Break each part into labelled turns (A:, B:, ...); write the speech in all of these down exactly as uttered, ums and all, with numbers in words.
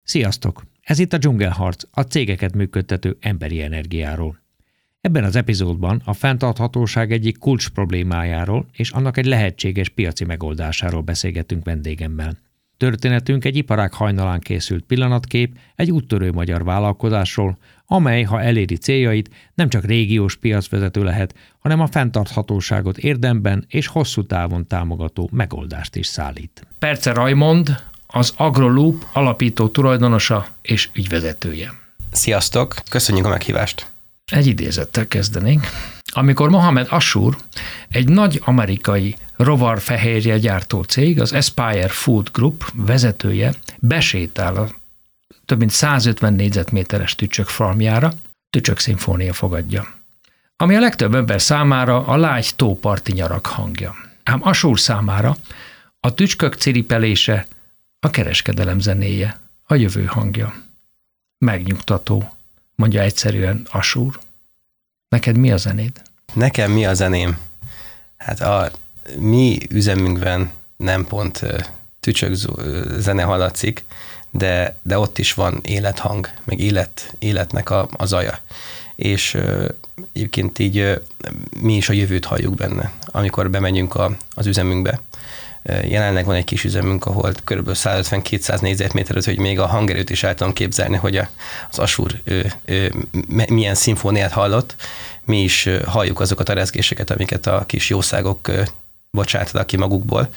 A: Sziasztok! Ez itt a Dzsungelharc, a cégeket működtető emberi energiáról. Ebben az epizódban a fenntarthatóság egyik kulcs problémájáról és annak egy lehetséges piaci megoldásáról beszélgetünk vendégemmel. Történetünk egy iparág hajnalán készült pillanatkép egy úttörő magyar vállalkozásról, amely, ha eléri céljait, nem csak régiós piacvezető lehet, hanem a fenntarthatóságot érdemben és hosszú távon támogató megoldást is szállít. Perce Rajmond, az AgroLoop alapító tulajdonosa és ügyvezetője.
B: Sziasztok, köszönjük a meghívást!
A: Egy idézettel kezdenénk. Amikor Mohamed Ashur, egy nagy amerikai rovarfehérje gyártó cég, az Aspire Food Group vezetője besétál a több mint százötven négyzetméteres tücsök farmjára, Tücsök szimfónia fogadja, ami a legtöbb ember számára a lágy tóparti nyarak hangja. Ám Ashur számára a tücskök ciripelése a kereskedelem zenéje, a jövő hangja. Megnyugtató, mondja egyszerűen Ashur. Neked mi a zenéd?
B: Nekem mi a zeném? Hát a mi üzemünkben nem pont tücsök zene hallatszik, de, de ott is van élethang, meg élet, életnek a, a zaja. És egyébként így mi is a jövőt halljuk benne, amikor bemegyünk a, az üzemünkbe. Jelenleg van egy kis üzemünk, ahol kb. százötven-kétszáz négyzetméter, hogy még a hangerőt is el tudom képzelni, hogy az Ashur ő, ő, milyen szimfóniát hallott. Mi is halljuk azokat a rezgéseket, amiket a kis jószágok bocsátanak ki magukból.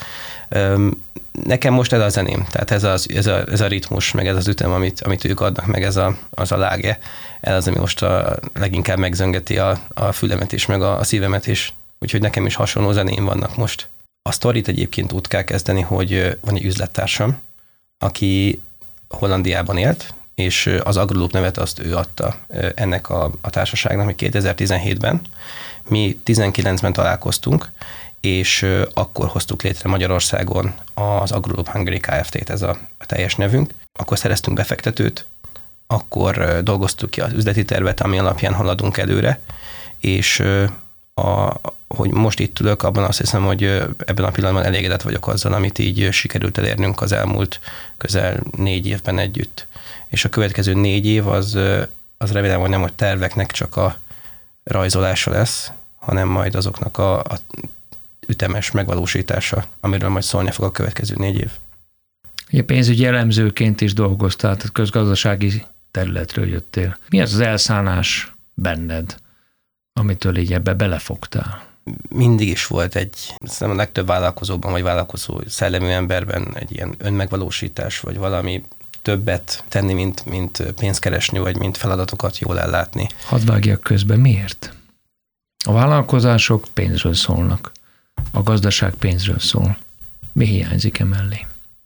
B: Nekem most ez a zeném, tehát ez, az, ez, a, ez a ritmus, meg ez az ütem, amit, amit ők adnak, meg ez a, az a láge, ez az, ami most a leginkább megzöngeti a, a fülemet is, meg a, a szívemet is. Úgyhogy nekem is hasonló zeném vannak most. A sztorit egyébként úgy kell kezdeni, hogy van egy üzlettársam, aki Hollandiában élt, és az AgroLoop nevet azt ő adta ennek a, a társaságnak, még kétezer-tizenhétben. Mi tizenkilencben találkoztunk, és akkor hoztuk létre Magyarországon az AgroLoop Hungary Kft. Ez a, a teljes nevünk. Akkor szereztünk befektetőt, akkor dolgoztuk ki az üzleti tervet, ami alapján haladunk előre, és a, hogy most itt ülök, abban azt hiszem, hogy ebben a pillanatban elégedett vagyok azzal, amit így sikerült elérnünk az elmúlt közel négy évben együtt. És a következő négy év az, az remélem, hogy nem a terveknek csak a rajzolása lesz, hanem majd azoknak a, a ütemes megvalósítása, amiről majd szólni fog a következő négy év.
A: Ugye pénzügyi elemzőként is dolgoztál, tehát közgazdasági területről jöttél. Mi az az elszánás benned, amitől így ebbe belefogtál?
B: Mindig is volt egy, szerintem a legtöbb vállalkozóban, vagy vállalkozó szellemű emberben egy ilyen önmegvalósítás, vagy valami többet tenni, mint, mint pénzt keresni, vagy mint feladatokat jól ellátni. Hadd
A: vágjak közben, miért? A vállalkozások pénzről szólnak, a gazdaság pénzről szól. Mi hiányzik emellé?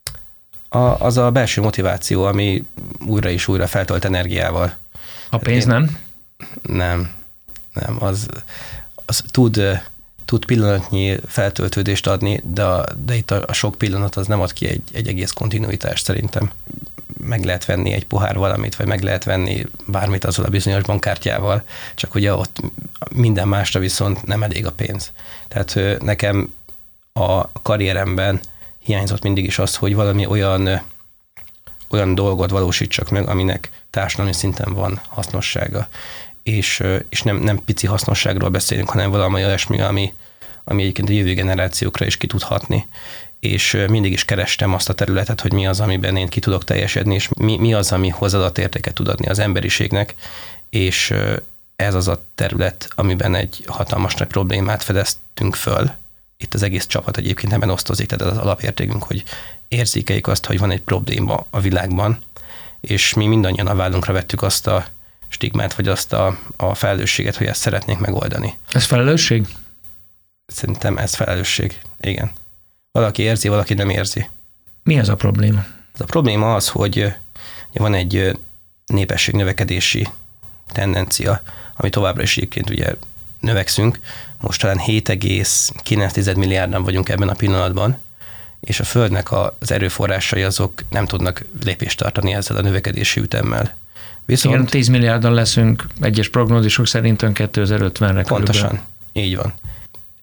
B: A, az a belső motiváció, ami újra és újra feltölt energiával.
A: A pénz Én, nem?
B: Nem, nem. Az, az tud, tud pillanatnyi feltöltődést adni, de, a, de itt a, a sok pillanat az nem ad ki egy, egy egész kontinuitást szerintem. Meg lehet venni egy pohár valamit, vagy meg lehet venni bármit azzal a bizonyos bankkártyával, csak ugye ott minden másra viszont nem elég a pénz. Tehát nekem a karrieremben hiányzott mindig is az, hogy valami olyan, olyan dolgot valósítsak meg, aminek társadalmi szinten van hasznossága. És, és nem, nem pici hasznosságról beszélünk, hanem valami olyasmi, ami, ami egyébként a jövő generációkra is ki tud hatni. És mindig is kerestem azt a területet, hogy mi az, amiben én ki tudok teljesedni, és mi, mi az, ami hozzáadott értéket tud adni az emberiségnek, és ez az a terület, amiben egy hatalmas nagy problémát fedeztünk föl. Itt az egész csapat egyébként ebben osztozik, tehát az alapértékünk, hogy érzékeljük azt, hogy van egy probléma a világban, és mi mindannyian a vállunkra vettük azt a stigmát, vagy azt a, a felelősséget, hogy ezt szeretnénk megoldani.
A: Ez felelősség?
B: Szerintem ez felelősség, igen. Valaki érzi, valaki nem érzi.
A: Mi az a probléma?
B: Az a probléma az, hogy van egy népességnövekedési tendencia, ami továbbra is egyébként ugye növekszünk. Most talán hét egész kilenc milliárdan vagyunk ebben a pillanatban, és a Földnek az erőforrásai azok nem tudnak lépést tartani ezzel a növekedési ütemmel.
A: Viszont igen, tíz milliárdan leszünk egyes prognózisok szerint kétezer-ötvenre
B: pontosan, körülbelül. Így van.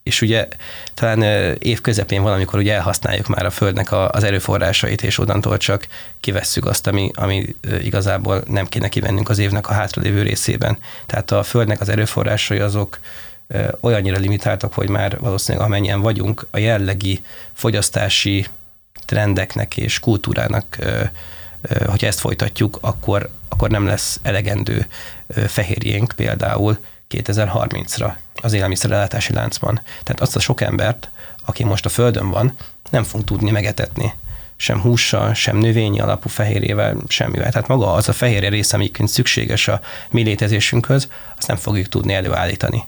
B: és ugye talán év közepén valamikor ugye elhasználjuk már a Földnek az erőforrásait, és onnantól csak kivesszük azt, ami, ami igazából nem kéne kivennünk az évnek a hátralévő részében. Tehát a Földnek az erőforrásai azok olyannyira limitáltak, hogy már valószínűleg amennyien vagyunk, a jelenlegi fogyasztási trendeknek és kultúrának, hogyha ezt folytatjuk, akkor, akkor nem lesz elegendő fehérjénk például kétezer-harmincra az élelmiszerellátási láncban. Tehát azt a sok embert, aki most a Földön van, nem fogunk tudni megetetni. Sem hússal, sem növényi alapú fehérjével, semmivel. Tehát maga az a fehérje része, amikünk szükséges a mi létezésünkhöz, azt nem fogjuk tudni előállítani.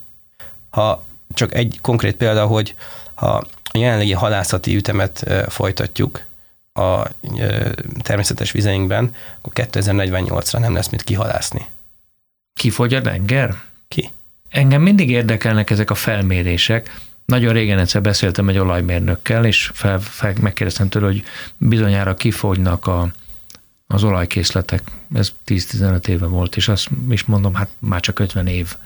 B: Ha csak egy konkrét példa, hogy ha a jelenlegi halászati ütemet folytatjuk a természetes vizeinkben, akkor kétezer-negyvennyolcra nem lesz mit kihalászni.
A: Kifogy a tenger?
B: Ki?
A: Engem mindig érdekelnek ezek a felmérések. Nagyon régen egyszer beszéltem egy olajmérnökkel, és fel, fel, megkérdeztem tőle, hogy bizonyára kifogynak a, az olajkészletek. Ez tíz-tizenöt éve volt, és azt is mondom, hát már csak ötven évre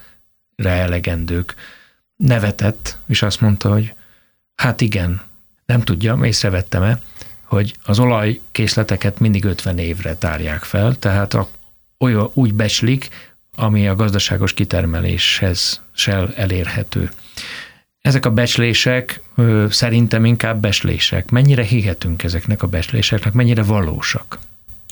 A: elegendők. Nevetett, és azt mondta, hogy hát igen, nem tudja, észrevettem-e, hogy az olajkészleteket mindig ötven évre tárják fel, tehát a, olyan úgy becslik, ami a gazdaságos kitermeléshez sel elérhető. Ezek a becslések ö, szerintem inkább becslések. Mennyire hihetünk ezeknek a becsléseknek, mennyire valósak?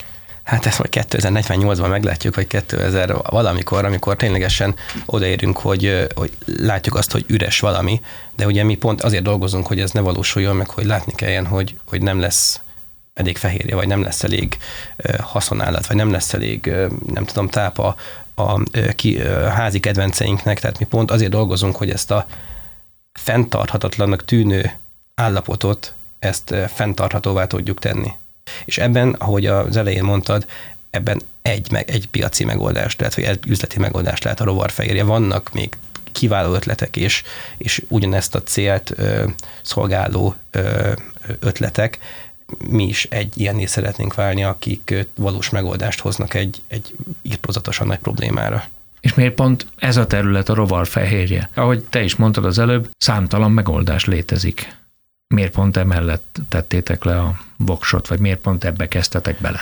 B: Hát ezt majd kétezer-negyvennyolcban meglátjuk, vagy kétezer valamikor, amikor ténylegesen odaérünk, hogy, hogy látjuk azt, hogy üres valami, de ugye mi pont azért dolgozunk, hogy ez ne valósuljon meg, hogy látni kelljen, hogy, hogy nem lesz elég fehérje, vagy nem lesz elég haszonállat, vagy nem lesz elég, nem tudom, táp a, a, ki, a házi kedvenceinknek, tehát mi pont azért dolgozunk, hogy ezt a fenntarthatatlannak tűnő állapotot, ezt fenntarthatóvá tudjuk tenni. És ebben, ahogy az elején mondtad, ebben egy, meg, egy piaci megoldást lehet, vagy egy üzleti megoldást lehet a rovarfehérje. Vannak még kiváló ötletek, és, és ugyanezt a célt ö, szolgáló ö, ötletek. Mi is egy ilyenné szeretnénk válni, akik valós megoldást hoznak egy, egy irtózatosan nagy problémára.
A: És miért pont ez a terület a rovarfehérje? Ahogy te is mondtad az előbb, számtalan megoldás létezik. Miért pont emellett tettétek le a voksot, vagy miért pont ebbe kezdtetek bele?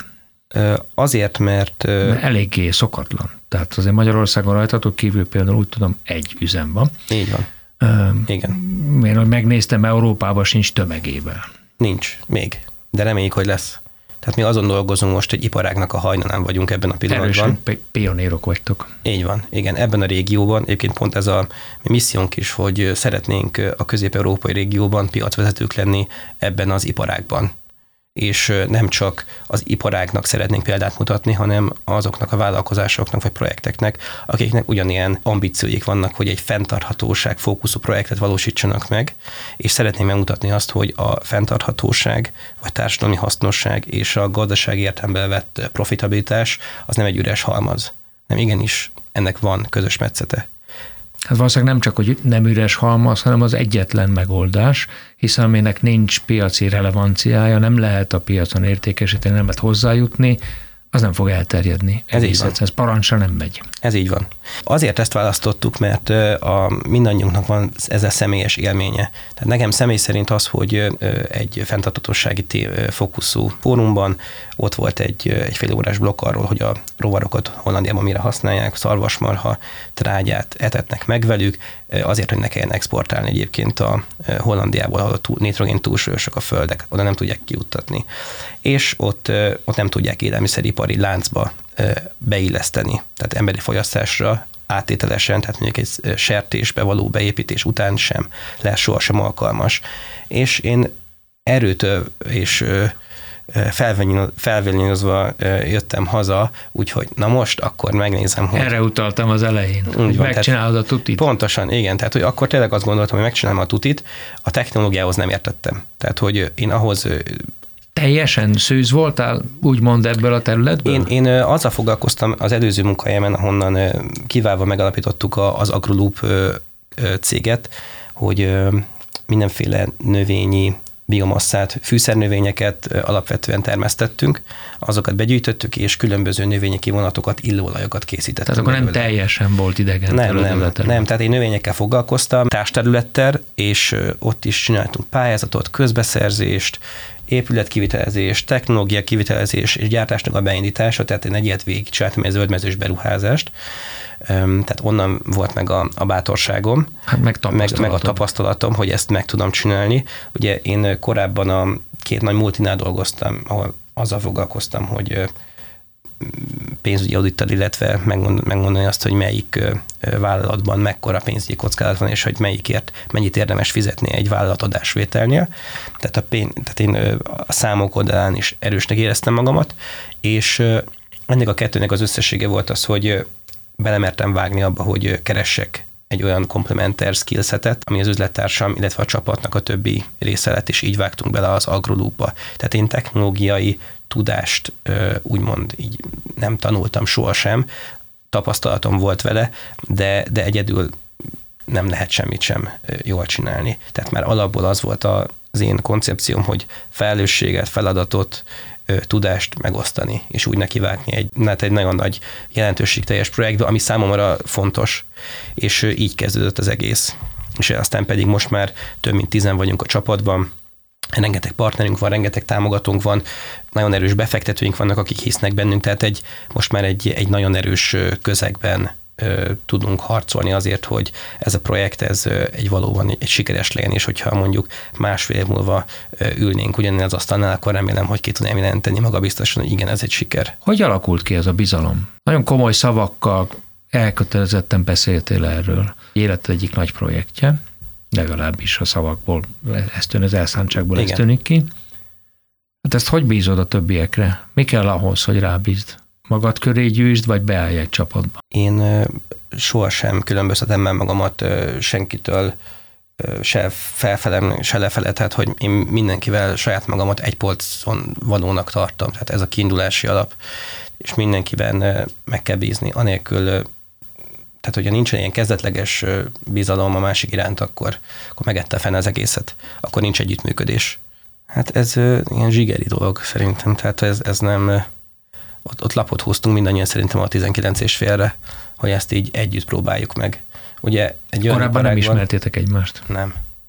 B: Azért, mert...
A: mert eléggé szokatlan. Tehát azért Magyarországon rajtatok kívül például úgy tudom egy üzem van.
B: Így van.
A: Uh,
B: Igen.
A: Mert hogy megnéztem, Európában sincs tömegével.
B: Nincs, még. De reméljük, hogy lesz. Tehát mi azon dolgozunk most, hogy iparágnak a hajnalán vagyunk ebben a pillanatban.
A: Erősen pi- pionérok vagytok.
B: Így van, igen. Ebben a régióban, egyébként pont ez a missziónk is, hogy szeretnénk a közép-európai régióban piacvezetők lenni ebben az iparágban. És nem csak az iparágnak szeretnénk példát mutatni, hanem azoknak a vállalkozásoknak vagy projekteknek, akiknek ugyanilyen ambícióik vannak, hogy egy fenntarthatóság fókuszú projektet valósítsanak meg, és szeretném megmutatni azt, hogy a fenntarthatóság, vagy társadalmi hasznosság és a gazdasági értelemben vett profitabilitás az nem egy üres halmaz. Nem, igenis, ennek van közös metszete.
A: Hát valószínűleg nem csak, hogy nem üres halmaz, hanem az egyetlen megoldás, hiszen aminek nincs piaci relevanciája, nem lehet a piacon értékesíteni, nem lehet hozzájutni, az nem fog elterjedni.
B: Ez így van.
A: Ez parancsra nem megy.
B: Ez így van. Azért ezt választottuk, mert a mindannyiunknak van ezzel személyes élménye. Tehát nekem személy szerint az, hogy egy fenntarthatósági fókuszú fórumban ott volt egy, egy fél órás blokk arról, hogy a rovarokat Hollandiában mire használják, szarvasmarha trágyát etetnek meg velük, azért, hogy ne kelljen exportálni egyébként a Hollandiából, ahol a nitrogén túlsúlyosak a földek, oda nem tudják kijuttatni. És ott, ott nem tudják élelmiszeripari láncba beilleszteni, tehát emberi fogyasztásra áttételesen, tehát mondjuk egy sertésbe való beépítés után sem lesz sohasem alkalmas. És én erőtől és felvényozva jöttem haza, úgyhogy na most akkor megnézem, hogy...
A: Erre utaltam az elején, hogy megcsinálod a tutit.
B: Pontosan, igen, tehát hogy akkor tényleg azt gondoltam, hogy megcsinálom a tutit, a technológiához nem értettem. Tehát, hogy én ahhoz...
A: Teljesen szűz voltál, úgymond ebből a területből?
B: Én, én azzal foglalkoztam az előző munkahelyemen, ahonnan kiválva megalapítottuk az AgroLoop céget, hogy mindenféle növényi biomasszát, fűszernövényeket alapvetően termesztettünk, azokat begyűjtöttük, és különböző növényi kivonatokat, illóolajokat készítettünk.
A: Tehát akkor nem belőle. Teljesen volt idegen
B: nem, nem, nem, tehát én növényekkel foglalkoztam, társterülettel, és ott is csináltunk pályázatot, közbeszerzést, épületkivitelezés, technológia kivitelezés és gyártásnak a beindítása, tehát én egy ilyet végigcsináltam, egy zöldmezős beruházást, tehát onnan volt meg a, a bátorságom,
A: hát meg,
B: meg, meg a tapasztalatom, hogy ezt meg tudom csinálni. Ugye én korábban a két nagy multinál dolgoztam, ahol azzal foglalkoztam, hogy pénzügyi audittal, illetve megmondani azt, hogy melyik vállalatban mekkora pénzügyi kockázat van, és hogy melyikért mennyit érdemes fizetni egy vállalatadásvételnél. Tehát, a pén, tehát én a számok oldalán is erősnek éreztem magamat, és ennek a kettőnek az összessége volt az, hogy belemertem vágni abba, hogy keressek egy olyan komplementer skillsetet, ami az üzlettársam, illetve a csapatnak a többi része lett, és így vágtunk bele az agrolúpba. Tehát én technológiai tudást úgymond így nem tanultam sohasem, tapasztalatom volt vele, de, de egyedül nem lehet semmit sem jól csinálni. Tehát már alapból az volt az én koncepcióm, hogy felelősséget, feladatot, tudást megosztani, és úgy nekivágni egy, hát egy nagyon nagy jelentőségteljes projektbe, ami számomra fontos, és így kezdődött az egész. És aztán pedig most már több mint tizen vagyunk a csapatban, rengeteg partnerünk van, rengeteg támogatónk van, nagyon erős befektetőink vannak, akik hisznek bennünk, tehát egy, most már egy, egy nagyon erős közegben ö, tudunk harcolni azért, hogy ez a projekt ez egy valóban egy sikeres legyen, és hogyha mondjuk másfél év múlva ö, ülnénk ugyanen az asztalnál, akkor remélem, hogy ki tudnám jelenteni maga biztosan, hogy igen, ez egy siker.
A: Hogy alakult ki ez a bizalom? Nagyon komoly szavakkal elkötelezetten beszéltél erről. Élet egyik nagy projektje, legalábbis a szavakból, ez tűnik, az elszántságból ez tűnik ki. Hát ezt hogy bízod a többiekre? Mi kell ahhoz, hogy rábízd? Magad köré gyűjtsd, vagy beállj egy csapatba?
B: Én sohasem különböztetem meg magamat senkitől, se felfelem, se lefele, tehát hogy én mindenkivel saját magamat egy polcon valónak tartom. Tehát ez a kiindulási alap, és mindenkiben meg kell bízni. Anélkül, tehát hogyha nincsen ilyen kezdetleges bizalom a másik iránt, akkor, akkor megette fenn az egészet. Akkor nincs együttműködés. Hát ez ilyen zsigeri dolog szerintem, tehát ez, ez nem... Ott, ott lapot húztunk mindannyian szerintem a tizenkilenc és félre, hogy ezt így együtt próbáljuk meg. Ugye egy olyan
A: korábban nem ismertétek egymást?
B: Nem.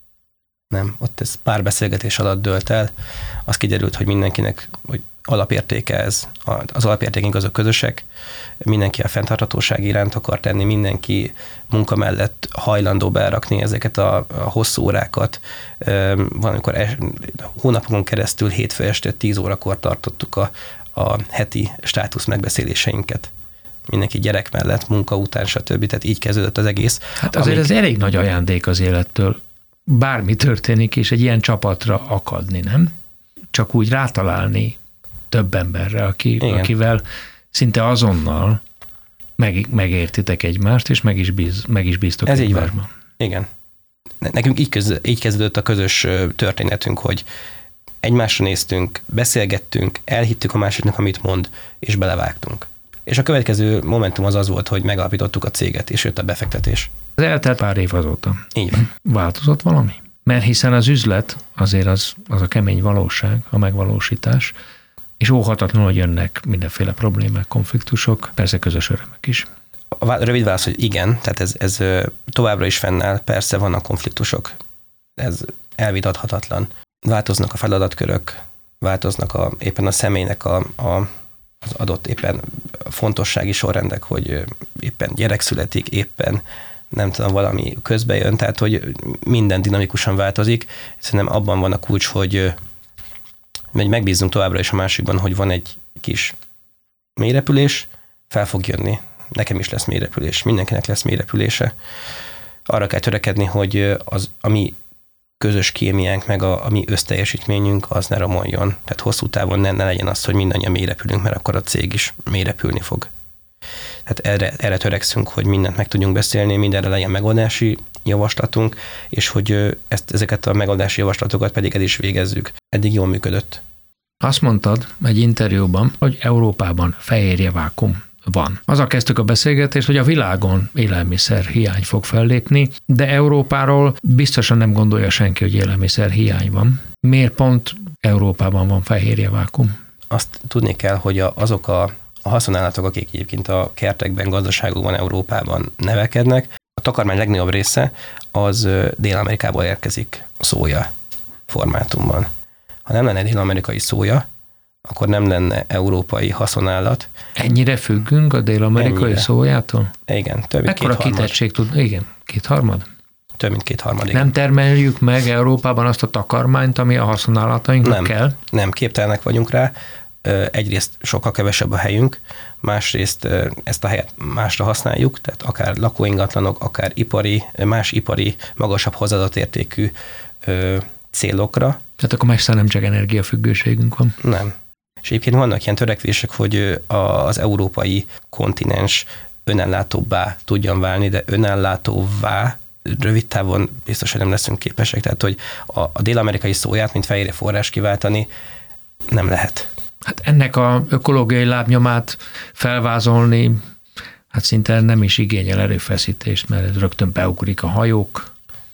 B: Nem. Ott ez pár beszélgetés alatt dőlt el. Az kiderült, hogy mindenkinek hogy alapértéke ez. Az alapértékünk azok közösek. Mindenki a fenntarthatóság iránt akar tenni, mindenki munka mellett hajlandó berakni ezeket a, a hosszú órákat. Valamikor es, hónapokon keresztül hétfő este tíz órakor tartottuk a, a heti státusz megbeszéléseinket. Mindenki gyerek mellett, munka után, stb. Tehát így kezdődött az egész.
A: Hát azért amíg... ez elég nagy ajándék az élettől. Bármi történik, és egy ilyen csapatra akadni, nem? Csak úgy rátalálni több emberre, aki, akivel szinte azonnal meg, megértitek egymást, és meg is, bíz, meg is bíztok
B: ez
A: egymásban.
B: Így van. Igen. Nekünk így, köz, így kezdődött a közös történetünk, hogy egymásra néztünk, beszélgettünk, elhittük a másiknak, amit mond, és belevágtunk. És a következő momentum az az volt, hogy megalapítottuk a céget, és jött a befektetés.
A: Az eltelt pár év azóta.
B: Így van.
A: Változott valami? Mert hiszen az üzlet azért az, az a kemény valóság, a megvalósítás, és óhatatlanul, hogy jönnek mindenféle problémák, konfliktusok, persze közös örömök is.
B: A rövid válasz, hogy igen, tehát ez, ez továbbra is fennáll, persze vannak konfliktusok, ez elvitathatatlan. Változnak a feladatkörök, változnak a, éppen a személynek a, a, az adott éppen fontossági sorrendek, hogy éppen gyerek születik, éppen nem tudom, valami közbe jön, tehát hogy minden dinamikusan változik. Szerintem abban van a kulcs, hogy megbízunk továbbra is a másikban, hogy van egy kis mélyrepülés, fel fog jönni. Nekem is lesz mélyrepülés, mindenkinek lesz mélyrepülése. Arra kell törekedni, hogy az, ami közös kémiánk, meg a, a mi összteljesítményünk, az ne romoljon. Tehát hosszú távon ne, ne legyen az, hogy mindannyian mélyrepülünk, mert akkor a cég is mélyrepülni fog. Tehát erre, erre törekszünk, hogy mindent meg tudjunk beszélni, mindenre legyen megoldási javaslatunk, és hogy ezt, ezeket a megoldási javaslatokat pedig el is végezzük. Eddig jól működött.
A: Azt mondtad egy interjúban, hogy Európában fehérje vákum van. Azzal kezdtük a beszélgetést, hogy a világon élelmiszer hiány fog fellépni, de Európáról biztosan nem gondolja senki, hogy élelmiszer hiány van. Miért pont Európában van fehérjevákum?
B: Azt tudni kell, hogy a, azok a, a haszonállatok, akik egyébként a kertekben, gazdaságokban, Európában nevelkednek, a takarmány legnagyobb része az Dél-Amerikából érkezik szója formátumban. Ha nem lenne dél-amerikai szója, akkor nem lenne európai haszonállat.
A: Ennyire függünk a dél-amerikai Ennyire. szójától?
B: Igen, több mint
A: Ekkora kitettség tud, igen, kétharmad?
B: Több mint kétharmad,
A: Nem termeljük meg Európában azt a takarmányt, ami a haszonállatainknak
B: nem,
A: kell?
B: Nem, képtelenek vagyunk rá. Egyrészt sokkal kevesebb a helyünk, másrészt ezt a helyet másra használjuk, tehát akár lakóingatlanok, akár ipari, más ipari, magasabb hozzáadott értékű célokra.
A: Tehát akkor messze nem csak energiafüggőségünk van.
B: Nem. És egyébként vannak ilyen törekvések, hogy az európai kontinens önellátóbbá tudjon válni, de önellátóvá rövid távon biztos, hogy nem leszünk képesek. Tehát, hogy a, a dél-amerikai szóját, mint fehérje forrás kiváltani nem lehet.
A: Hát ennek a ökológiai lábnyomát felvázolni, hát szinte nem is igényel erőfeszítést, mert rögtön beugrik a hajók.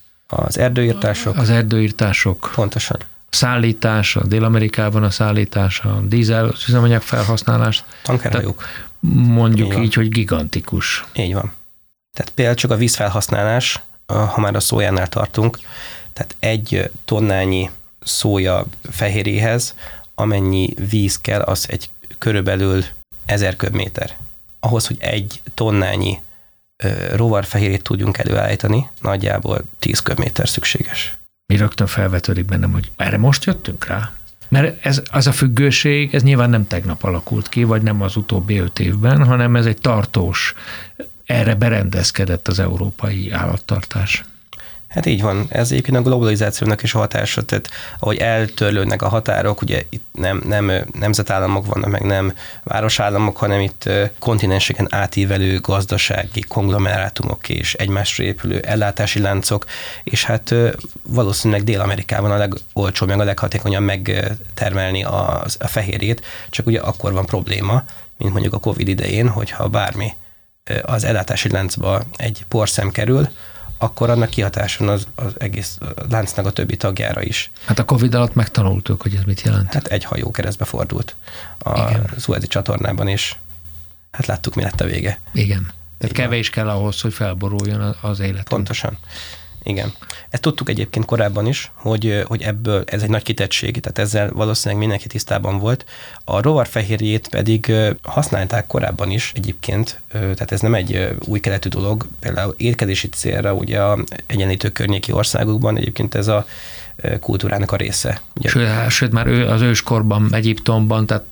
B: Az erdőirtások.
A: Az erdőirtások.
B: Pontosan.
A: Szállítás, a Dél-Amerikában a szállítás, a dízel üzemanyag felhasználás.
B: Tankerhajók.
A: Mondjuk így, így, hogy gigantikus.
B: Így van. Tehát például csak a vízfelhasználás, ha már a szójánál tartunk, tehát egy tonnányi szója fehérjéhez, amennyi víz kell, az egy körülbelül ezer köbméter. Ahhoz, hogy egy tonnányi rovarfehérjét tudjunk előállítani, nagyjából tíz köbméter szükséges.
A: Mi rögtön felvetődik bennem, hogy erre most jöttünk rá? Mert ez, az a függőség, ez nyilván nem tegnap alakult ki, vagy nem az utóbbi öt évben, hanem ez egy tartós, erre berendezkedett az európai állattartás.
B: Hát így van. Ez egyébként a globalizációnak is a hatása, tehát ahogy eltörlődnek a határok, ugye itt nem, nem nemzetállamok vannak, meg nem városállamok, hanem itt kontinenseken átívelő gazdasági konglomerátumok és egymásra épülő ellátási láncok, és hát valószínűleg Dél-Amerikában a legolcsóbb, meg a leghatékonyabb megtermelni a, a fehérjét, csak ugye akkor van probléma, mint mondjuk a Covid idején, hogyha bármi az ellátási láncba egy porszem kerül, akkor annak kihatáson az, az egész láncnak a többi tagjára is.
A: Hát a Covid alatt megtanultuk, hogy ez mit jelent.
B: Hát egy hajó keresztbe fordult a Szuezi csatornában, és hát láttuk, mi lett a vége.
A: Igen. Tehát igen. Kevés kell ahhoz, hogy felboruljon az életünk.
B: Pontosan. Igen. Ezt tudtuk egyébként korábban is, hogy, hogy ebből ez egy nagy kitettség, tehát ezzel valószínűleg mindenki tisztában volt. A rovarfehérjét pedig használták korábban is egyébként, tehát ez nem egy új keletű dolog, például étkezési célra ugye a egyenlítő környéki országokban egyébként ez a kultúrának a része. Ugye?
A: Sőt, sőt, már ő, az őskorban, Egyiptomban, tehát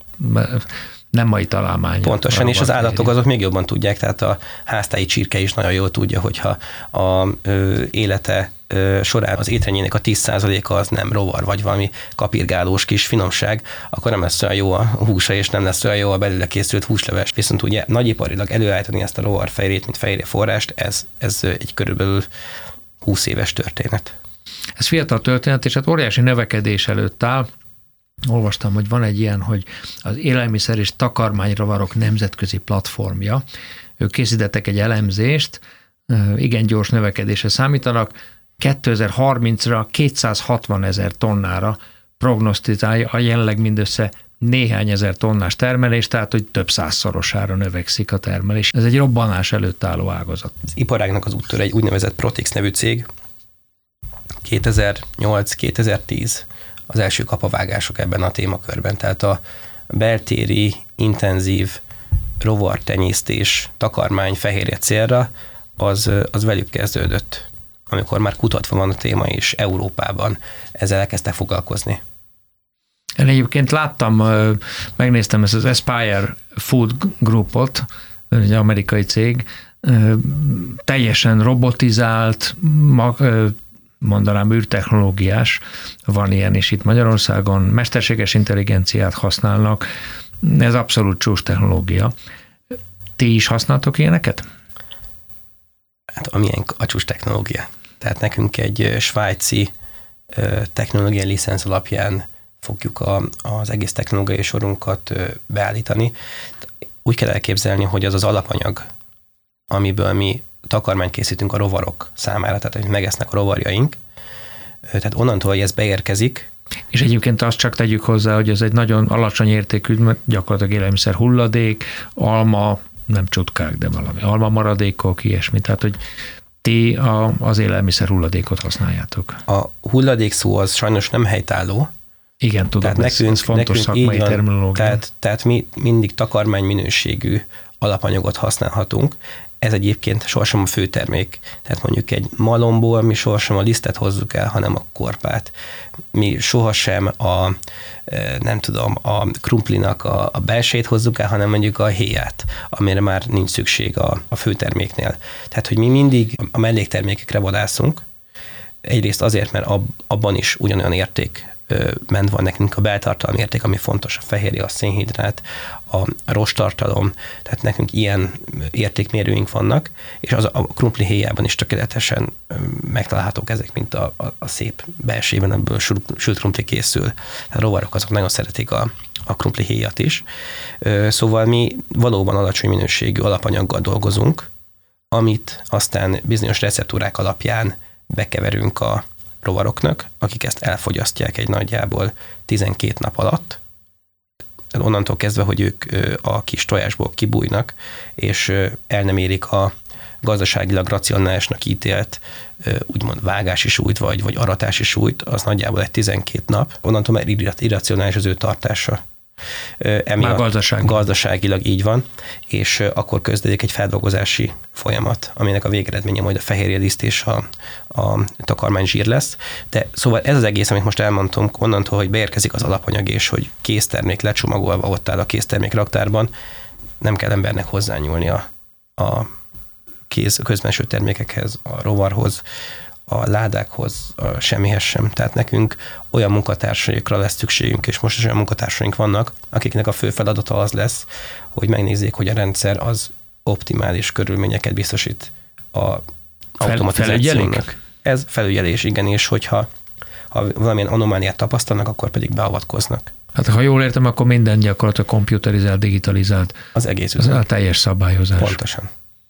A: nem mai találmány.
B: Pontosan, és az állatok azok még jobban tudják, tehát a háztáji csirke is nagyon jól tudja, hogyha a ö, élete ö, során az étrendjének a tíz százaléka az nem rovar, vagy valami kapirgálós kis finomság, akkor nem lesz olyan jó a húsa, és nem lesz olyan jó a belőle készült húsleves. Viszont ugye nagyiparilag előállítani ezt a rovarfehérjét, mint fehérje forrást, ez, ez egy körülbelül húsz éves történet.
A: Ez fiatal történet, és hát óriási növekedés előtt áll. Olvastam, hogy van egy ilyen, hogy az élelmiszer és takarmányrovarok nemzetközi platformja. Ők készítettek egy elemzést, igen gyors növekedésre számítanak, kétezer-harmincra kétszázhatvan ezer tonnára prognosztizálja a jelenleg mindössze néhány ezer tonnás termelés, tehát hogy több százszorosára növekszik a termelés. Ez egy robbanás előtt álló ágazat.
B: Az iparágnak az úttörő egy úgynevezett Protix nevű cég, kétezer-nyolc kétezer-tíz az első kapavágások ebben a témakörben. Tehát a beltéri, intenzív rovartenyésztés, takarmány, fehérje célra, az, az velük kezdődött, amikor már kutatva van a téma, és Európában ezzel elkezdtek foglalkozni.
A: Én egyébként láttam, megnéztem ezt az Aspire Food Groupot, egy amerikai cég, teljesen robotizált, mondanám űrtechnológiás, van ilyen is itt Magyarországon, mesterséges intelligenciát használnak, ez abszolút csúcs technológia. Ti is használtok ilyeneket?
B: Hát amilyen a csúcs technológia. Tehát nekünk egy svájci technológiai licensz alapján fogjuk a, az egész technológiai sorunkat beállítani. Úgy kell elképzelni, hogy az az alapanyag, amiből mi takarmányt készítünk a rovarok számára, tehát hogy megesznek a rovarjaink, tehát onnantól, hogy ez beérkezik,
A: És egyébként azt csak tegyük hozzá, hogy ez egy nagyon alacsony értékű, mert gyakorlatilag élelmiszer hulladék, alma, nem csutkák, de valami alma maradékok, ilyesmi. Tehát, hogy ti a, az élelmiszer hulladékot használjátok.
B: A hulladék szó az sajnos nem helytálló.
A: Igen, tudom,
B: tehát
A: ez, nekünk, ez fontos nekünk szakmai van, terminológia.
B: Tehát, tehát mi mindig takarmány minőségű alapanyagot használhatunk. Ez egyébként sohasem a főtermék. Tehát mondjuk egy malomból mi sohasem a lisztet hozzuk el, hanem a korpát. Mi sohasem a, nem tudom, a krumplinak a, a belsejét hozzuk el, hanem mondjuk a héját, amire már nincs szükség a, a főterméknél. Tehát, hogy mi mindig a melléktermékekre vadászunk, egyrészt azért, mert ab, abban is ugyanolyan érték ment van nekünk a beltartalmi érték, ami fontos, a fehérje, a szénhidrát, a rosttartalom, tehát nekünk ilyen értékmérőink vannak, és az a krumpli héjában is tökéletesen megtalálhatók ezek, mint a, a, a szép belsejében, ebből sült krumpli készül. A rovarok azok nagyon szeretik a, a krumpli héjat is. Szóval mi valóban alacsony minőségű alapanyaggal dolgozunk, amit aztán bizonyos receptúrák alapján bekeverünk a rovaroknak, akik ezt elfogyasztják egy nagyjából tizenkét nap alatt. Onnantól kezdve, hogy ők a kis tojásból kibújnak, és el nem érik a gazdaságilag racionálisnak ítélt úgymond vágási súlyt, vagy, vagy aratási súlyt, az nagyjából egy tizenkét nap. Onnantól már irracionális az ő tartása. Emiatt gazdaságilag. gazdaságilag így van, és akkor kezdődik egy feldolgozási folyamat, aminek a végeredménye majd a fehérjediszt és a, a takarmány zsír lesz. De szóval ez az egész, amit most elmondtam, onnantól, hogy beérkezik az alapanyag, és hogy késztermék lecsomagolva ott áll a késztermék raktárban, nem kell embernek hozzányúlni a, a kéz, közbenső termékekhez, a rovarhoz, a ládákhoz, a semmihez sem. Tehát nekünk olyan munkatársaikra lesz szükségünk, és most is olyan munkatársaink vannak, akiknek a fő feladata az lesz, hogy megnézzék, hogy a rendszer az optimális körülményeket biztosít a automatizációnak. Ez felügyelés, igen, és hogyha ha valamilyen anomáliát tapasztalnak, akkor pedig beavatkoznak.
A: Hát ha jól értem, akkor minden gyakorlatilag komputerizált, digitalizált.
B: Az egész üzlet.
A: Az a teljes szabályozás.
B: Pontosan.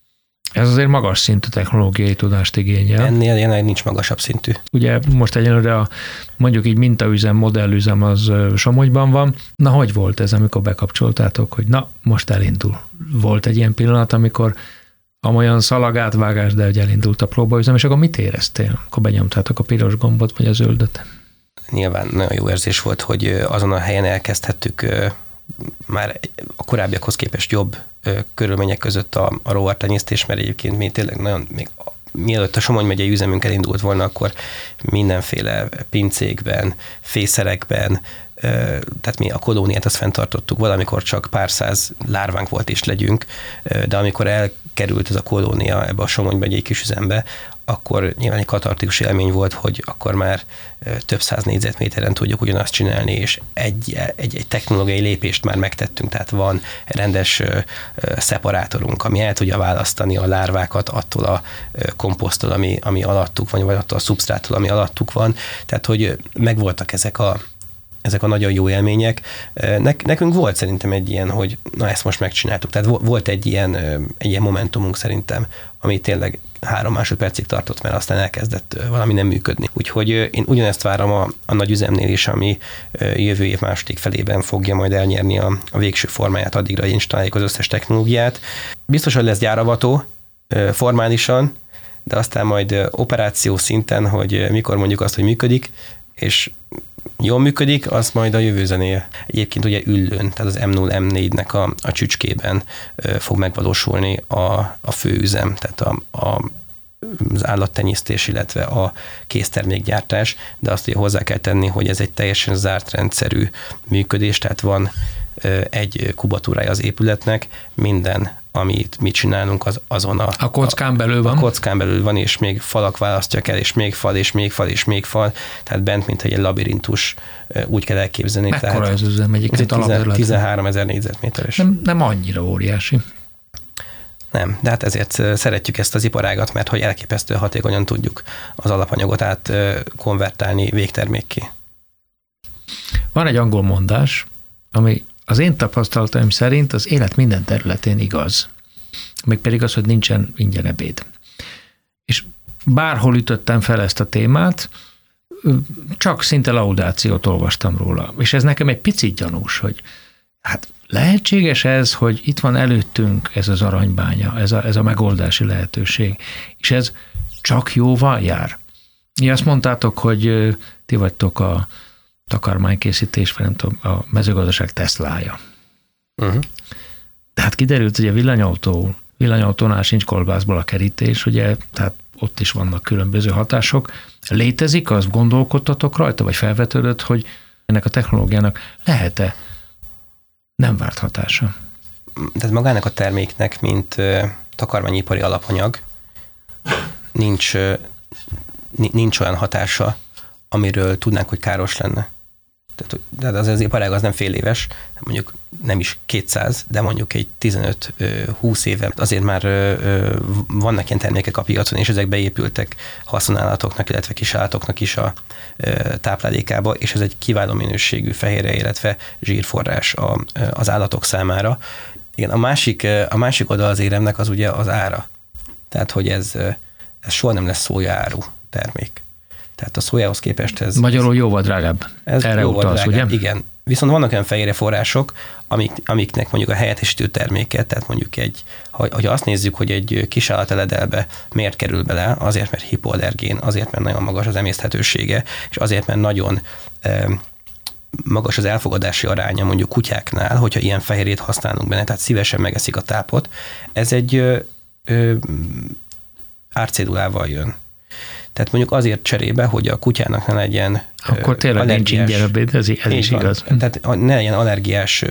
A: Ez azért magas szintű technológiai tudást igényel.
B: Ennél jelenleg nincs magasabb szintű.
A: Ugye most egyenlőre a, mondjuk így mintaüzem, modellüzem az Somogyban van. Na, hogy volt ez, amikor bekapcsoltátok, hogy na, most elindul? Volt egy ilyen pillanat, amikor amolyan szalagátvágás, de hogy elindult a próbaüzem, és akkor mit éreztél, akkor benyomtátok a piros gombot, vagy a zöldet?
B: Nyilván nagyon jó érzés volt, hogy azon a helyen elkezdhettük már a korábbiakhoz képest jobb körülmények között a, a rovartenyésztés, mert egyébként mi tényleg nagyon, még mielőtt a Somogy megyei üzemünk elindult volna, akkor mindenféle pincékben, fészerekben, tehát mi a kolóniát azt fenntartottuk, valamikor csak pár száz lárvánk volt és legyünk, de amikor elkerült ez a kolónia ebbe a Somogy megyei kisüzembe, akkor nyilván egy katartikus élmény volt, hogy akkor már több száz négyzetméteren tudjuk ugyanazt csinálni, és egy, egy, egy technológiai lépést már megtettünk, tehát van rendes szeparátorunk, ami el tudja választani a lárvákat attól a komposztól, ami, ami alattuk van, vagy attól a szubsztráttól, ami alattuk van. Tehát, hogy megvoltak ezek a ezek a nagyon jó élmények. Nekünk volt szerintem egy ilyen, hogy na ezt most megcsináltuk. Tehát volt egy ilyen, egy ilyen momentumunk szerintem, ami tényleg három másodpercig tartott, mert aztán elkezdett valami nem működni. Úgyhogy én ugyanezt várom a, a nagy üzemnél is, ami jövő év második felében fogja majd elnyerni a, a végső formáját, addigra installáljuk az összes technológiát. Biztos, hogy lesz gyáravató formálisan, de aztán majd operáció szinten, hogy mikor mondjuk azt, hogy működik, és jól működik, az majd a jövő zenéje. Egyébként ugye Üllőn, tehát az em nulla em négynek a, a csücskében fog megvalósulni a, a főüzem, tehát a, a, az állattenyésztés, illetve a késztermékgyártás, de azt ugye hozzá kell tenni, hogy ez egy teljesen zárt rendszerű működés, tehát van egy kubatúrája az épületnek, minden, amit mi csinálunk, az azon a...
A: A kockán belül van?
B: A kockán belül van, és még falak választják el, és még fal, és még fal, és még fal, tehát bent, mint egy labirintus, úgy kell elképzelni.
A: Mekkora ez üzem egyébként
B: alapterület? tizenhárom ezer négyzetméteres.
A: Nem, nem annyira óriási.
B: Nem, de hát ezért szeretjük ezt az iparágat, mert hogy elképesztő hatékonyan tudjuk az alapanyagot át konvertálni végtermékké.
A: Van egy angol mondás, ami az én tapasztalataim szerint az élet minden területén igaz. Mégpedig az, hogy nincsen ingyen ebéd. És bárhol ütöttem fel ezt a témát, csak szinte laudációt olvastam róla. És ez nekem egy picit gyanús, hogy hát lehetséges ez, hogy itt van előttünk ez az aranybánya, ez a, ez a megoldási lehetőség, és ez csak jóval jár. Mi azt mondtátok, hogy ti vagytok a takarmánykészítés, vagy nem tudom, a mezőgazdaság Teslája. Uh-huh. De hát kiderült, hogy a villanyautó, villanyautónál sincs kolbászból a kerítés, ugye, tehát ott is vannak különböző hatások. Létezik, azt gondolkodtatok rajta, vagy felvetődött, hogy ennek a technológiának lehet-e nem várt hatása?
B: Tehát magának a terméknek, mint uh, takarmányipari alapanyag, nincs, uh, nincs olyan hatása, amiről tudnánk, hogy káros lenne. Tehát az, az iparág az nem fél éves, mondjuk nem is kétszáz, de mondjuk egy tizenöt-húsz éve azért már vannak ilyen termékek a piacon, és ezek beépültek haszonállatoknak, illetve kisállatoknak is a táplálékába, és ez egy kiváló minőségű fehérje, illetve zsírforrás az állatok számára. Igen, a másik, a másik oldal az éremnek az ugye az ára. Tehát, hogy ez, ez soha nem lesz szójaáru termék. Tehát a szójához képest ez...
A: Magyarul jóval drágább.
B: Ez
A: Erre
B: jóval
A: utalsz,
B: drágább,
A: ugye?
B: Igen. Viszont vannak olyan fehérje források, amik, amiknek mondjuk a helyettesítő terméket, tehát mondjuk egy, ha, ha azt nézzük, hogy egy kisállateledelbe miért kerül bele, azért, mert hipoallergén, azért, mert nagyon magas az emészthetősége, és azért, mert nagyon e, magas az elfogadási aránya mondjuk kutyáknál, hogyha ilyen fehérjét használunk benne, tehát szívesen megeszik a tápot, ez egy ö, ö, árcédulával jön. Tehát mondjuk azért cserébe, hogy a kutyának ne legyen
A: Akkor tényleg nincs ingyen ebéd, ez, ez is
B: van.
A: igaz.
B: Tehát ne legyen allergiás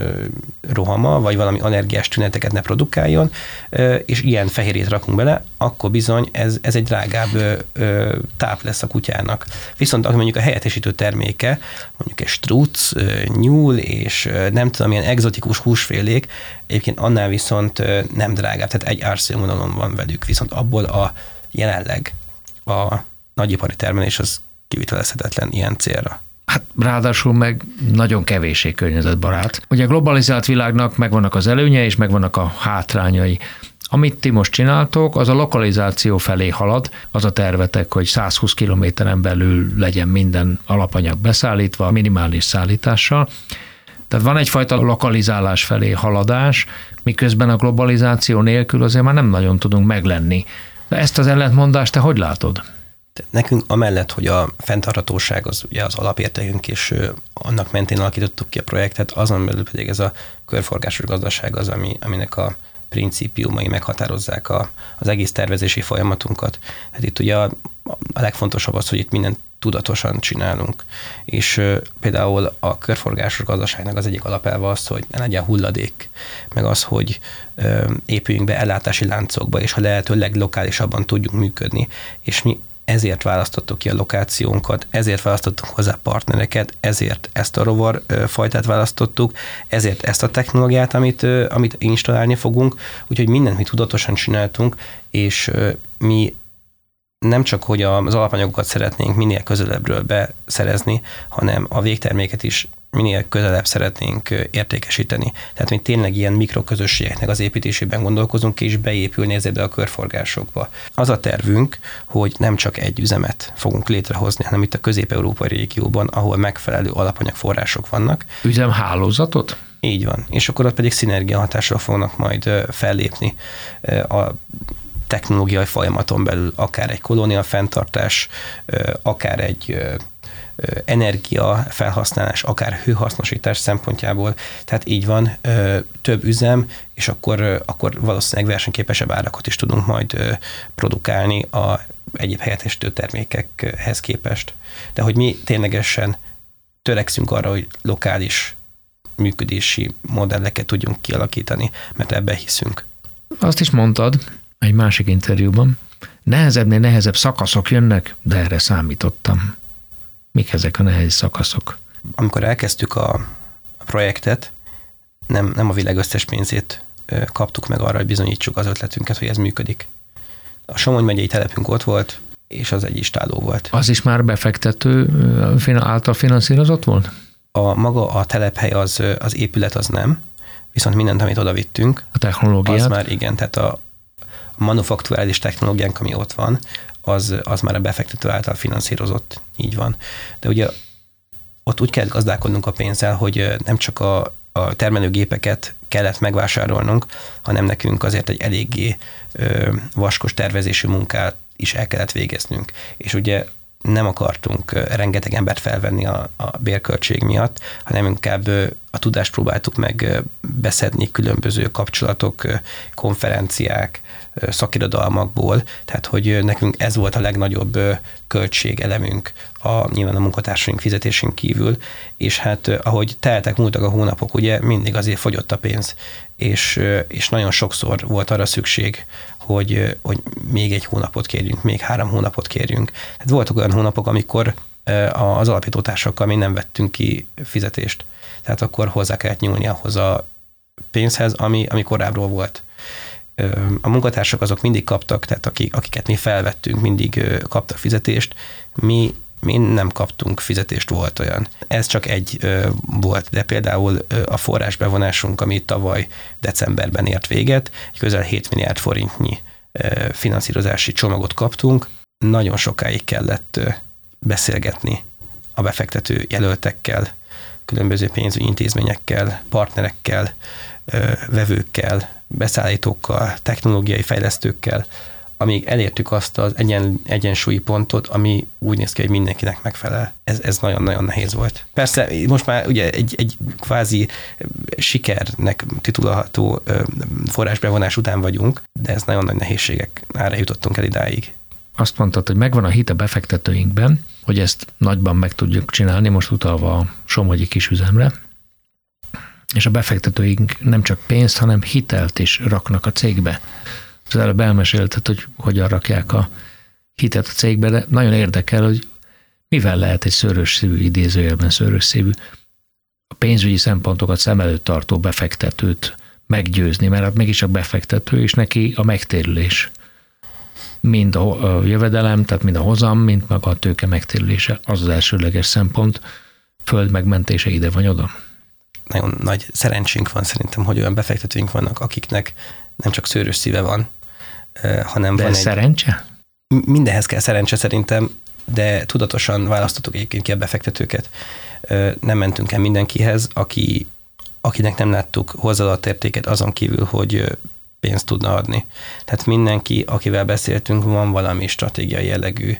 B: rohama, vagy valami allergiás tüneteket ne produkáljon, és ilyen fehérjét rakunk bele, akkor bizony ez, ez egy drágább táp lesz a kutyának. Viszont aki mondjuk a helyettesítő terméke, mondjuk egy struc, nyúl, és nem tudom, ilyen egzotikus húsfélék, egyébként annál viszont nem drágább, tehát egy árszínvonalon van velük, viszont abból a jelenleg a nagyipari termelés az kivitelezhetetlen ilyen célra.
A: Hát ráadásul meg nagyon kevéssé környezetbarát. Ugye a globalizált világnak megvannak az előnye, és megvannak a hátrányai. Amit ti most csináltok, az a lokalizáció felé halad, az a tervetek, hogy száz húsz kilométeren belül legyen minden alapanyag beszállítva, minimális szállítással. Tehát van egyfajta lokalizálás felé haladás, miközben a globalizáció nélkül azért már nem nagyon tudunk meglenni. De ezt az ellentmondást te hogy látod?
B: Nekünk amellett, hogy a fenntarthatóság az ugye az alapértékünk, és annak mentén alakítottuk ki a projektet, azon belül pedig ez a körforgásos gazdaság az, ami, aminek a principiumai meghatározzák a, az egész tervezési folyamatunkat. Hát itt ugye a, a legfontosabb az, hogy itt mindent tudatosan csinálunk. És uh, például a körforgásos gazdaságnak az egyik alapelve az, hogy ne legyen hulladék, meg az, hogy uh, épüljünk be ellátási láncokba, és ha lehető leglokálisabban tudjunk működni. És mi ezért választottuk ki a lokációnkat, ezért választottuk hozzá partnereket, ezért ezt a rovar fajtát választottuk, ezért ezt a technológiát, amit, amit installálni fogunk, úgyhogy mindent mi tudatosan csináltunk, és mi nem csak, hogy az alapanyagokat szeretnénk minél közelebbről beszerezni, hanem a végterméket is minél közelebb szeretnénk értékesíteni. Tehát mi tényleg ilyen mikroközösségeknek az építésében gondolkozunk, és beépülni ezekbe a körforgásokba. Az a tervünk, hogy nem csak egy üzemet fogunk létrehozni, hanem itt a közép-európai régióban, ahol megfelelő alapanyagforrások vannak.
A: Üzemhálózatot?
B: Így van. És akkor ott pedig szinergiahatással fognak majd fellépni a technológiai folyamaton belül, akár egy kolónia fenntartás, akár egy energia felhasználás, akár hőhasznosítás szempontjából. Tehát így van, több üzem, és akkor, akkor valószínűleg versenyképesebb árakat is tudunk majd produkálni a egyéb helyettesítő termékekhez képest. De hogy mi ténylegesen törekszünk arra, hogy lokális működési modelleket tudjunk kialakítani, mert ebben hiszünk.
A: Azt is mondtad egy másik interjúban, nehezebbnél nehezebb szakaszok jönnek, de erre számítottam. Mik ezek a nehéz szakaszok?
B: Amikor elkezdtük a, a projektet, nem, nem a világ összes pénzét kaptuk meg arra, hogy bizonyítsuk az ötletünket, hogy ez működik. A Somogy megyei telepünk ott volt, és az egy istáló volt.
A: Az is már befektető által finanszírozott volt?
B: A maga a telephely, az, az épület az nem, viszont mindent, amit oda vittünk,
A: a technológiát.
B: Az már igen, tehát a, a manufakturális technológiánk, ami ott van, az, az már a befektető által finanszírozott, így van. De ugye ott úgy kellett gazdálkodnunk a pénzzel, hogy nem csak a, a termelőgépeket kellett megvásárolnunk, hanem nekünk azért egy eléggé ö, vaskos tervezésű munkát is el kellett végeznünk. És ugye nem akartunk rengeteg embert felvenni a, a bérköltség miatt, hanem inkább a tudást próbáltuk meg beszedni különböző kapcsolatok, konferenciák, szakirodalmakból, tehát hogy nekünk ez volt a legnagyobb költségelemünk a, nyilván a munkatársaink fizetésén kívül, és hát ahogy teltek, múltak a hónapok, ugye mindig azért fogyott a pénz, és, és nagyon sokszor volt arra szükség, hogy, hogy még egy hónapot kérjünk, még három hónapot kérjünk. Hát voltak olyan hónapok, amikor az alapítótársakkal mi nem vettünk ki fizetést. Tehát akkor hozzá kellett nyúlni ahhoz a pénzhez, ami, ami korábbról volt. A munkatársak azok mindig kaptak, tehát akik, akiket mi felvettünk, mindig kaptak fizetést. Mi, mi nem kaptunk fizetést, volt olyan. Ez csak egy volt, de például a forrásbevonásunk, ami tavaly decemberben ért véget, egy közel hét milliárd forintnyi finanszírozási csomagot kaptunk. Nagyon sokáig kellett beszélgetni a befektető jelöltekkel, különböző pénzügyi intézményekkel, partnerekkel, vevőkkel, beszállítókkal, technológiai fejlesztőkkel, amíg elértük azt az egyen, egyensúlyi pontot, ami úgy néz ki, hogy mindenkinek megfelel. Ez, ez nagyon-nagyon nehéz volt. Persze most már ugye egy, egy kvázi sikernek titulálható forrásbevonás után vagyunk, de ez nagyon nagy nehézségek, ára jutottunk el idáig.
A: Azt mondtad, hogy megvan a hit a befektetőinkben, hogy ezt nagyban meg tudjuk csinálni, most utalva a somogyi kisüzemre, és a befektetőink nem csak pénzt, hanem hitelt is raknak a cégbe. Az előbb elmesélted, hogy hogyan rakják a hitet a cégbe, de nagyon érdekel, hogy mivel lehet egy szőrös szívű, idézőjelben szőrös szívű, a pénzügyi szempontokat szem előtt tartó befektetőt meggyőzni, mert hát mégis a befektető, és neki a megtérülés. Mind a jövedelem, tehát mind a hozam, mind maga a tőke megtérülése, az az elsőleges szempont, föld megmentése ide vagy oda.
B: Nagyon nagy szerencsénk van szerintem, hogy olyan befektetőink vannak, akiknek nem csak szőrös szíve van, hanem
A: de
B: van
A: ez
B: egy...
A: szerencse?
B: Mindenhez kell szerencse szerintem, de tudatosan választottuk egyébként ki a befektetőket. Nem mentünk el mindenkihez, aki, akinek nem láttuk hozzáadott értéket azon kívül, hogy pénzt tudna adni. Tehát mindenki, akivel beszéltünk, van valami stratégiai jellegű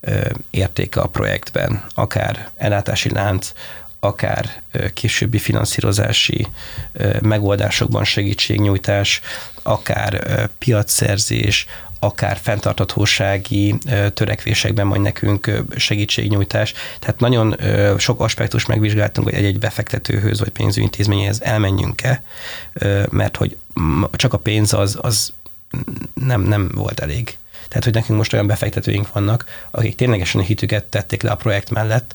B: értéke a projektben, akár ellátási lánc, akár későbbi finanszírozási megoldásokban segítségnyújtás, akár piacszerzés, akár fenntarthatósági törekvésekben majd nekünk segítségnyújtás. Tehát nagyon sok aspektus megvizsgáltunk, hogy egy-egy befektetőhöz vagy pénzügyi intézményhez elmenjünk-e, mert hogy csak a pénz az, az nem, nem volt elég. Tehát, hogy nekünk most olyan befektetőink vannak, akik ténylegesen a hitüket tették le a projekt mellett,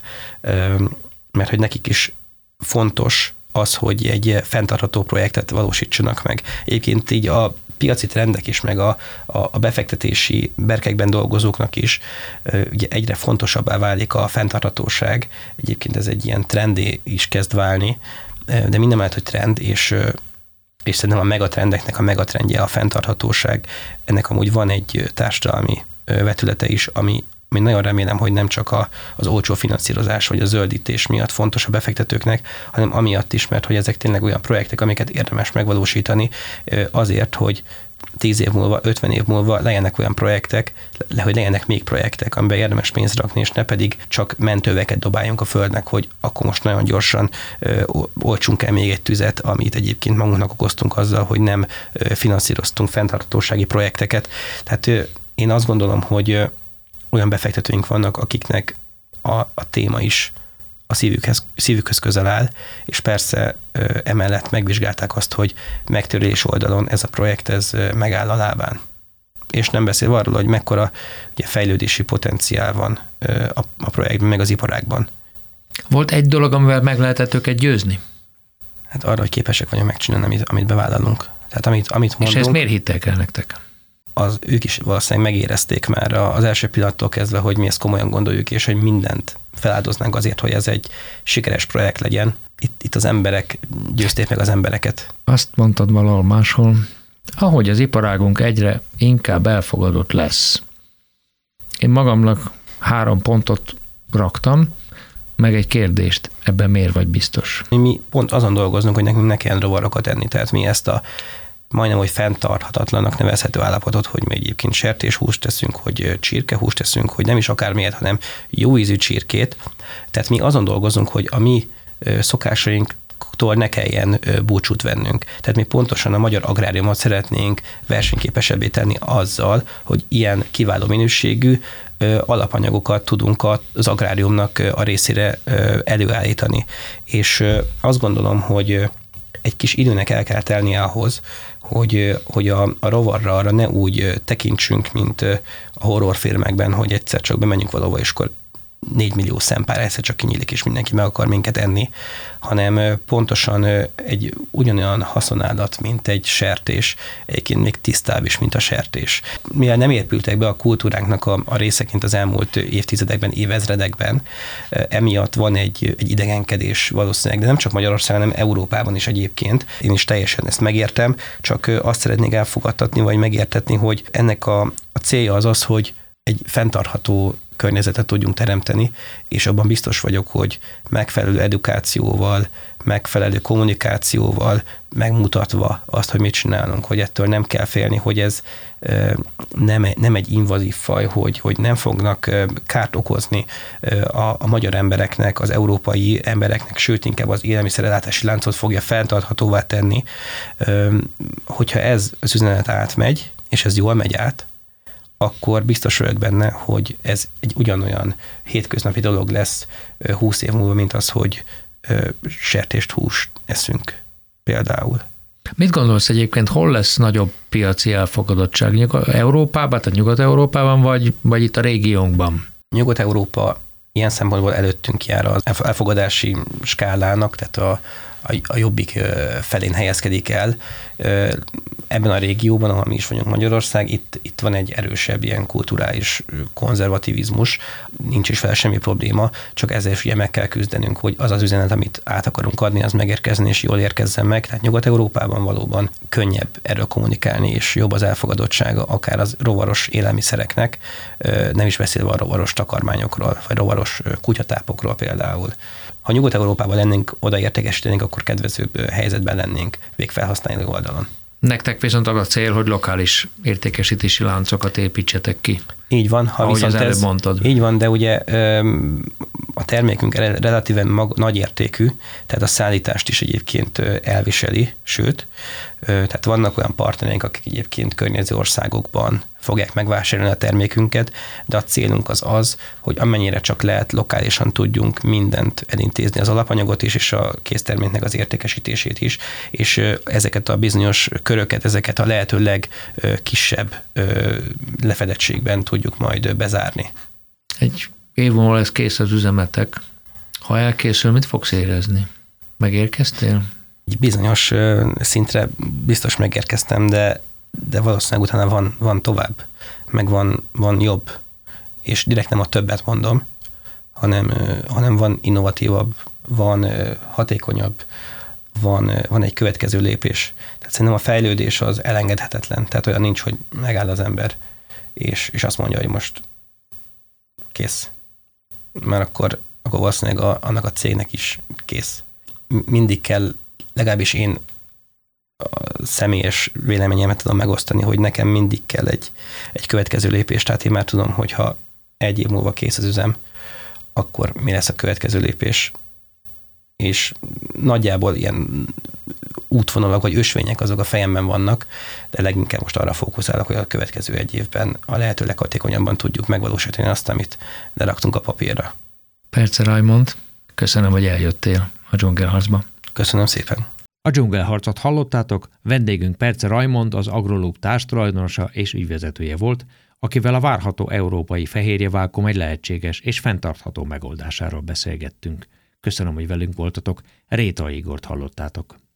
B: mert hogy nekik is fontos az, hogy egy fenntartható projektet valósítsanak meg. Egyébként így a piaci trendek is, meg a, a befektetési berkekben dolgozóknak is ugye egyre fontosabbá válik a fenntarthatóság. Egyébként ez egy ilyen trendé is kezd válni, de mindemellett, hogy trend, és, és szerintem a megatrendeknek a megatrendje a fenntarthatóság. Ennek amúgy van egy társadalmi vetülete is, ami Én nagyon remélem, hogy nem csak a, az olcsó finanszírozás vagy a zöldítés miatt fontos a befektetőknek, hanem amiatt is, mert hogy ezek tényleg olyan projektek, amiket érdemes megvalósítani azért, hogy tíz év múlva, ötven év múlva legyenek olyan projektek, hogy legyenek még projektek, amiben érdemes pénzt rakni, és ne pedig csak mentőveket dobáljunk a földnek, hogy akkor most nagyon gyorsan ö, oltsunk el még egy tüzet, amit egyébként magunknak okoztunk azzal, hogy nem ö, finanszíroztunk fenntarthatósági projekteket. Tehát ö, én azt gondolom, hogy ö, olyan befektetőink vannak, akiknek a, a téma is a szívükhez, szívükhöz közel áll, és persze ö, emellett megvizsgálták azt, hogy megtörés oldalon ez a projekt ez ö, megáll a lábán. És nem beszélve arról, hogy mekkora ugye, fejlődési potenciál van ö, a, a projektben, meg az iparágban.
A: Volt egy dolog, amivel meg lehetett őket győzni?
B: Hát arra, hogy képesek vagyunk megcsinálni, amit, amit bevállalunk. Tehát amit, amit mondunk,
A: és ezt miért hittek el nektek?
B: Az, ők is valószínűleg megérezték már az első pillanattól kezdve, hogy mi ezt komolyan gondoljuk, és hogy mindent feláldoznánk azért, hogy ez egy sikeres projekt legyen. Itt, itt az emberek győzték meg az embereket.
A: Azt mondtad valahol máshol, ahogy az iparágunk egyre inkább elfogadott lesz, Én magamnak három pontot raktam, meg egy kérdést, ebben miért vagy biztos?
B: Mi pont azon dolgozunk, hogy nekünk ne kelljen rovarokat enni, tehát mi ezt a majdnem, hogy fenntarthatatlannak nevezhető állapotot, hogy mi egyébként sertéshúst teszünk, hogy csirkehúst teszünk, hogy nem is akármilyet, hanem jó ízű csirkét. Tehát mi azon dolgozunk, hogy a mi szokásainktól ne kelljen búcsút vennünk. Tehát mi pontosan a magyar agráriumot szeretnénk versenyképesebbé tenni azzal, hogy ilyen kiváló minőségű alapanyagokat tudunk az agráriumnak a részére előállítani. És azt gondolom, hogy egy kis időnek el kell telni ahhoz, hogy, hogy a, a rovarra arra ne úgy tekintsünk, mint a horrorfilmekben, hogy egyszer csak bemegyünk valahova, és akkor négy millió szempár egyszer csak kinyílik, és mindenki meg akar minket enni, hanem pontosan egy ugyanolyan haszonállat, mint egy sertés, egyébként még tisztább is, mint a sertés. Mivel nem épültek be a kultúránknak a, a részeként az elmúlt évtizedekben, évezredekben, emiatt van egy, egy idegenkedés valószínűleg, de nem csak Magyarországon, hanem Európában is egyébként. Én is teljesen ezt megértem, csak azt szeretnék elfogadtatni, vagy megértetni, hogy ennek a, a célja az az, hogy egy fenntartható környezetet tudjunk teremteni, és abban biztos vagyok, hogy megfelelő edukációval, megfelelő kommunikációval, megmutatva azt, hogy mit csinálunk, hogy ettől nem kell félni, hogy ez nem, nem egy invazív faj, hogy, hogy nem fognak kárt okozni a, a magyar embereknek, az európai embereknek, sőt inkább az élelmiszerellátási láncot fogja fenntarthatóvá tenni. Hogyha ez az üzenet átmegy, és ez jól megy át, akkor biztos vagyok benne, hogy ez egy ugyanolyan hétköznapi dolog lesz húsz év múlva, mint az, hogy sertést húst eszünk például.
A: Mit gondolsz egyébként, hol lesz nagyobb piaci elfogadottság? Európában, tehát Nyugat-Európában, vagy, vagy itt a régiónkban?
B: Nyugat-Európa ilyen szempontból előttünk jár az elfogadási skálának, tehát a A, a jobbik felén helyezkedik el. Ebben a régióban, ahol mi is vagyunk Magyarország, itt, itt van egy erősebb ilyen kulturális konzervativizmus, nincs is vele semmi probléma, csak ezzel is ugye meg kell küzdenünk, hogy az az üzenet, amit át akarunk adni, az megérkezzen és jól érkezzen meg. Tehát Nyugat-Európában valóban könnyebb erről kommunikálni, és jobb az elfogadottsága akár az rovaros élelmiszereknek, nem is beszélve a rovaros takarmányokról, vagy rovaros kutyatápokról például. Ha Nyugat-Európában lennénk, odaértékesítenénk, akkor kedvezőbb helyzetben lennénk végfelhasználó oldalon.
A: Nektek viszont az a cél, hogy lokális értékesítési láncokat építsetek ki.
B: Így van. Ha
A: ahogy
B: viszont
A: az előbb
B: ez,
A: mondtad.
B: Így van, de ugye a termékünk relatíven mag, nagy értékű, tehát a szállítást is egyébként elviseli, sőt, tehát vannak olyan partnereink, akik egyébként környező országokban fogják megvásárolni a termékünket, de a célunk az az, hogy amennyire csak lehet lokálisan tudjunk mindent elintézni, az alapanyagot is, és a készterméknek az értékesítését is, és ezeket a bizonyos köröket, ezeket a lehető legkisebb lefedettségben tudjuk majd bezárni.
A: Egy év múlva lesz kész az üzemetek. Ha elkészül, mit fogsz érezni? Megérkeztél?
B: Egy bizonyos szintre biztos megérkeztem, de, de valószínűleg utána van, van tovább, meg van, van jobb, és direkt nem a többet mondom, hanem, hanem van innovatívabb, van hatékonyabb, van, van egy következő lépés. Tehát szerintem a fejlődés az elengedhetetlen, tehát olyan nincs, hogy megáll az ember, és, és azt mondja, hogy most kész. Mert akkor, akkor valószínűleg a, annak a cégnek is kész. Mindig kell, legalábbis én a személyes véleményemet tudom megosztani, hogy nekem mindig kell egy, egy következő lépés. Tehát én már tudom, hogy ha egy év múlva kész az üzem, akkor mi lesz a következő lépés. És nagyjából ilyen útvonalak vagy ösvények azok a fejemben vannak, de leginkább most arra fókuszálok, hogy a következő egy évben a lehető leghatékonyabban tudjuk megvalósítani azt, amit leraktunk a papírra.
A: Perce Raimond, köszönöm, hogy eljöttél a dzsungelharcba.
B: Köszönöm szépen.
A: A dzsungelharcot hallottátok, vendégünk Perce Raimond, az Agroloop társtulajdonosa és ügyvezetője volt, akivel a várható európai fehérjevákuum egy lehetséges és fenntartható megoldásáról beszélgettünk. Köszönöm, hogy velünk voltatok, Rétai Igort hallottátok.